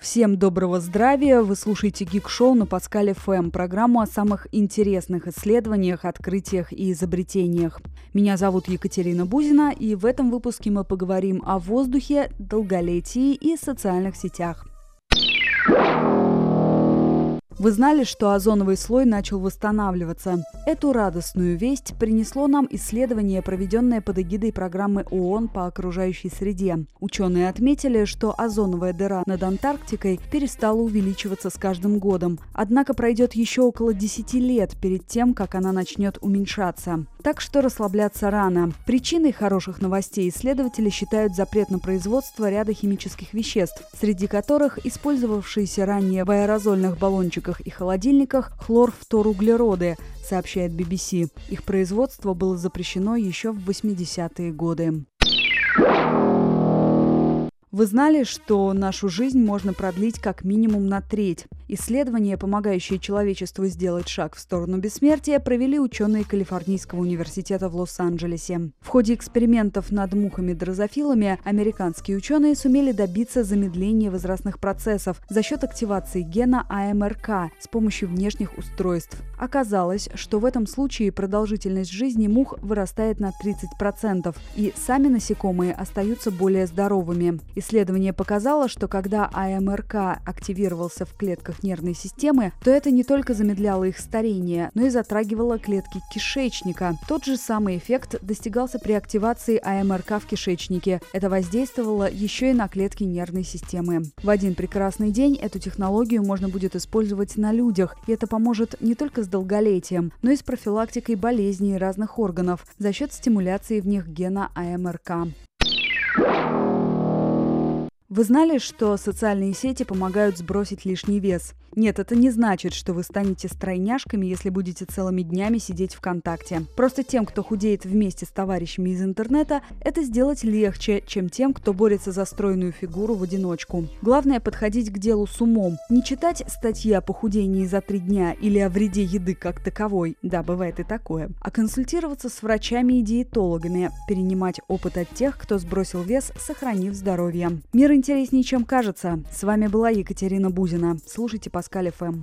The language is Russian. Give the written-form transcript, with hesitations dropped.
Всем доброго здравия! Вы слушаете Geek Show на Паскале ФМ, программу о самых интересных исследованиях, открытиях и изобретениях. Меня зовут Екатерина Бузина, и в этом выпуске мы поговорим о воздухе, долголетии и социальных сетях. Вы знали, что озоновый слой начал восстанавливаться? Эту радостную весть принесло нам исследование, проведенное под эгидой программы ООН по окружающей среде. Ученые отметили, что озоновая дыра над Антарктикой перестала увеличиваться с каждым годом. Однако пройдет еще около 10 лет перед тем, как она начнет уменьшаться. Так что расслабляться рано. Причиной хороших новостей исследователи считают запрет на производство ряда химических веществ, среди которых использовавшиеся ранее в аэрозольных баллончиках и холодильниках хлорфторуглероды, сообщает BBC. Их производство было запрещено еще в 80-е годы. Вы знали, что нашу жизнь можно продлить как минимум на треть? Исследования, помогающие человечеству сделать шаг в сторону бессмертия, провели ученые Калифорнийского университета в Лос-Анджелесе. В ходе экспериментов над мухами-дрозофилами американские ученые сумели добиться замедления возрастных процессов за счет активации гена АМРК с помощью внешних устройств. Оказалось, что в этом случае продолжительность жизни мух вырастает на 30%, и сами насекомые остаются более здоровыми. Исследование показало, что когда АМРК активировался в клетках нервной системы, то это не только замедляло их старение, но и затрагивало клетки кишечника. Тот же самый эффект достигался при активации АМРК в кишечнике. Это воздействовало еще и на клетки нервной системы. В один прекрасный день эту технологию можно будет использовать на людях, и это поможет не только с долголетием, но и с профилактикой болезней разных органов за счет стимуляции в них гена АМРК. Вы знали, что социальные сети помогают сбросить лишний вес? Нет, это не значит, что вы станете стройняшками, если будете целыми днями сидеть ВКонтакте. Просто тем, кто худеет вместе с товарищами из интернета, это сделать легче, чем тем, кто борется за стройную фигуру в одиночку. Главное подходить к делу с умом. Не читать статьи о похудении за 3 дня или о вреде еды как таковой, да, бывает и такое, а консультироваться с врачами и диетологами, перенимать опыт от тех, кто сбросил вес, сохранив здоровье. Мир интереснее, чем кажется. С вами была Екатерина Бузина. Слушайте Паскаль ФМ.